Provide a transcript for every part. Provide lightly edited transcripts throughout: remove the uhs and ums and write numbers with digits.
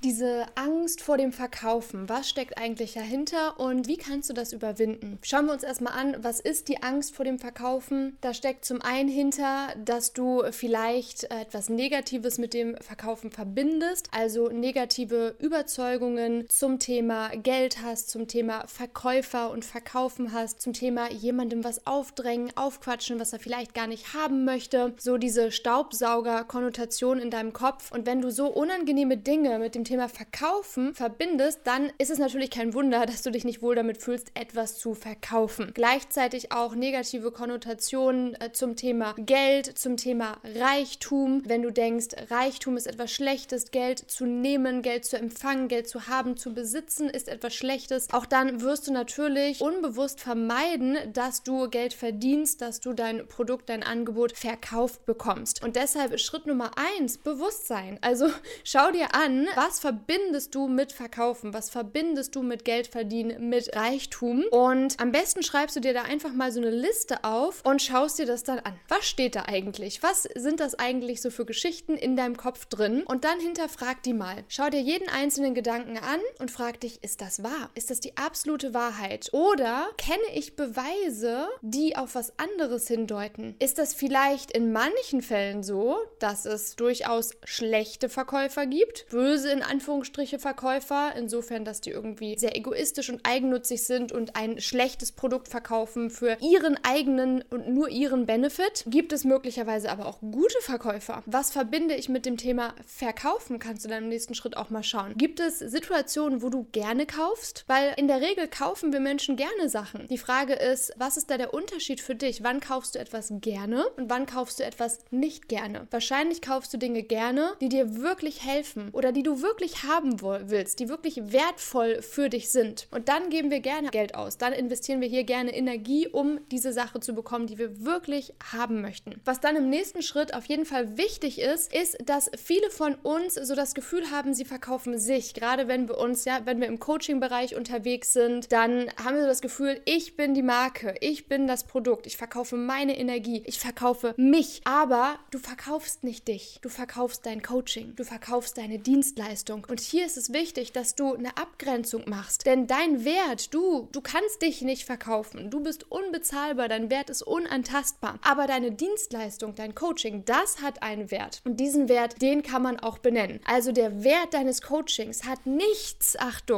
Diese Angst vor dem Verkaufen, was steckt eigentlich dahinter und wie kannst du das überwinden? Schauen wir uns erstmal an, was ist die Angst vor dem Verkaufen? Da steckt zum einen hinter, dass du vielleicht etwas Negatives mit dem Verkaufen verbindest, also negative Überzeugungen zum Thema Geld hast, zum Thema Verkäufer und Verkaufen hast, zum Thema jemandem was aufdrängen, aufquatschen, was er vielleicht gar nicht haben möchte. So diese Staubsauger-Konnotation in deinem Kopf. Und wenn du so unangenehme Dinge mit dem Thema Verkaufen verbindest, dann ist es natürlich kein Wunder, dass du dich nicht wohl damit fühlst, etwas zu verkaufen. Gleichzeitig auch negative Konnotationen zum Thema Geld, zum Thema Reichtum. Wenn du denkst, Reichtum ist etwas Schlechtes, Geld zu nehmen, Geld zu empfangen, Geld zu haben, zu besitzen, ist etwas Schlechtes. Auch dann wirst du natürlich unbewusst vermeiden, dass du Geld verdienst, dass du dein Produkt, dein Angebot verkauft bekommst. Und deshalb ist Schritt Nummer 1 Bewusstsein. Also schau dir an, was verbindest du mit Verkaufen, was verbindest du mit Geld verdienen, mit Reichtum und am besten schreibst du dir da einfach mal so eine Liste auf und schaust dir das dann an. Was steht da eigentlich? Was sind das eigentlich so für Geschichten in deinem Kopf drin? Und dann hinterfrag die mal. Schau dir jeden einzelnen Gedanken an und frag dich, ist das wahr? Ist das die absolute Wahrheit? Oder kenne ich Beweise, die auf was anderes hindeuten? Ist das vielleicht in manchen Fällen so, dass es durchaus schlechte Verkäufer gibt? Böse in Anführungsstriche Verkäufer, insofern, dass die irgendwie sehr egoistisch und eigennützig sind und ein schlechtes Produkt verkaufen für ihren eigenen und nur ihren Benefit. Gibt es möglicherweise aber auch gute Verkäufer? Was verbinde ich mit dem Thema Verkaufen? Kannst du dann im nächsten Schritt auch mal schauen. Gibt es Situationen, wo du gerne kaufst? Weil in der Regel kaufen wir Menschen gerne Sachen. Die Frage ist, was ist da der Unterschied für dich? Wann kaufst du etwas gerne und wann kaufst du etwas nicht gerne? Wahrscheinlich kaufst du Dinge gerne, die dir wirklich helfen oder die du wirklich haben willst, die wirklich wertvoll für dich sind. Und dann geben wir gerne Geld aus. Dann investieren wir hier gerne Energie, um diese Sache zu bekommen, die wir wirklich haben möchten. Was dann im nächsten Schritt auf jeden Fall wichtig ist, dass viele von uns so das Gefühl haben, sie verkaufen sich. Gerade wenn wir im Coaching-Bereich unterwegs sind, dann haben wir so das Gefühl, ich bin die Marke, ich bin das Produkt, ich verkaufe meine Energie, ich verkaufe mich. Aber du verkaufst nicht dich, du verkaufst dein Coaching, du verkaufst deine Dienstleistung. Und hier ist es wichtig, dass du eine Abgrenzung machst. Denn dein Wert, du kannst dich nicht verkaufen. Du bist unbezahlbar, dein Wert ist unantastbar. Aber deine Dienstleistung, dein Coaching, das hat einen Wert. Und diesen Wert, den kann man auch benennen. Also der Wert deines Coachings hat nichts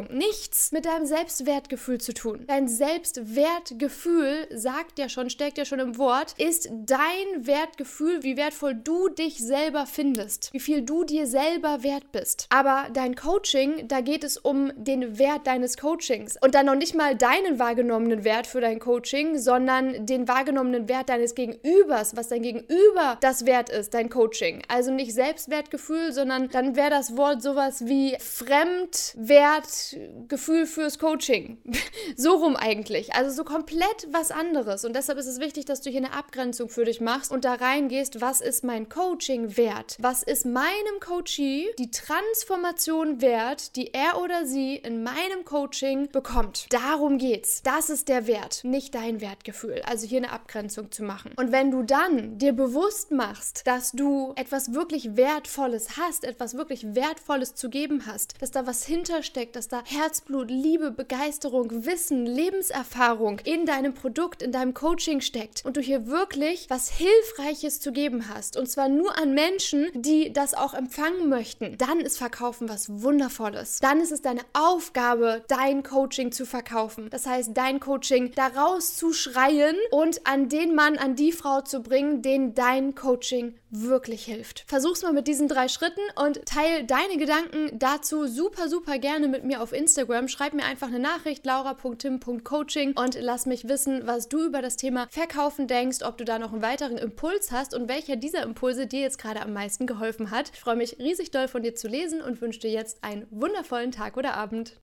mit deinem Selbstwertgefühl zu tun. Dein Selbstwertgefühl steckt ja schon im Wort, ist dein Wertgefühl, wie wertvoll du dich selber findest, wie viel du dir selber wert bist. Aber dein Coaching, da geht es um den Wert deines Coachings und dann noch nicht mal deinen wahrgenommenen Wert für dein Coaching, sondern den wahrgenommenen Wert deines Gegenübers, was dein Gegenüber das wert ist, dein Coaching. Also nicht Selbstwertgefühl, sondern dann wäre das Wort sowas wie Fremdwertgefühl fürs Coaching. So rum eigentlich. Also so komplett was anderes. Und deshalb ist es wichtig, dass du hier eine Abgrenzung für dich machst und da reingehst, was ist mein Coaching wert? Was ist meinem Coachee die Transformation wert, die er oder sie in meinem Coaching bekommt? Darum geht's. Das ist der Wert, nicht dein Wertgefühl. Also hier eine Abgrenzung zu machen. Und wenn du dann dir bewusst machst, dass du etwas wirklich Wertvolles hast, etwas wirklich Wertvolles zu geben hast, dass da was hintersteckt, dass da Herzblut, Liebe, Begeisterung, Wissen, Lebenserfahrung in deinem Produkt, in deinem Coaching steckt und du hier wirklich was Hilfreiches zu geben hast und zwar nur an Menschen, die das auch empfangen möchten, dann ist Verkaufen was Wundervolles. Dann ist es deine Aufgabe, dein Coaching zu verkaufen. Das heißt, dein Coaching daraus zu schreien und an den Mann, an die Frau zu bringen, denen dein Coaching wirklich hilft. Versuch's mal mit diesen 3 Schritten und teile deine Gedanken dazu super, super gerne mit mir auf Instagram. Schreib mir einfach eine Nachricht, laura.tim.coaching und lass mich wissen, was du über das Thema Verkaufen denkst, ob du da noch einen weiteren Impuls hast und welcher dieser Impulse dir jetzt gerade am meisten geholfen hat. Ich freue mich riesig doll von dir zu lesen und wünsche dir jetzt einen wundervollen Tag oder Abend.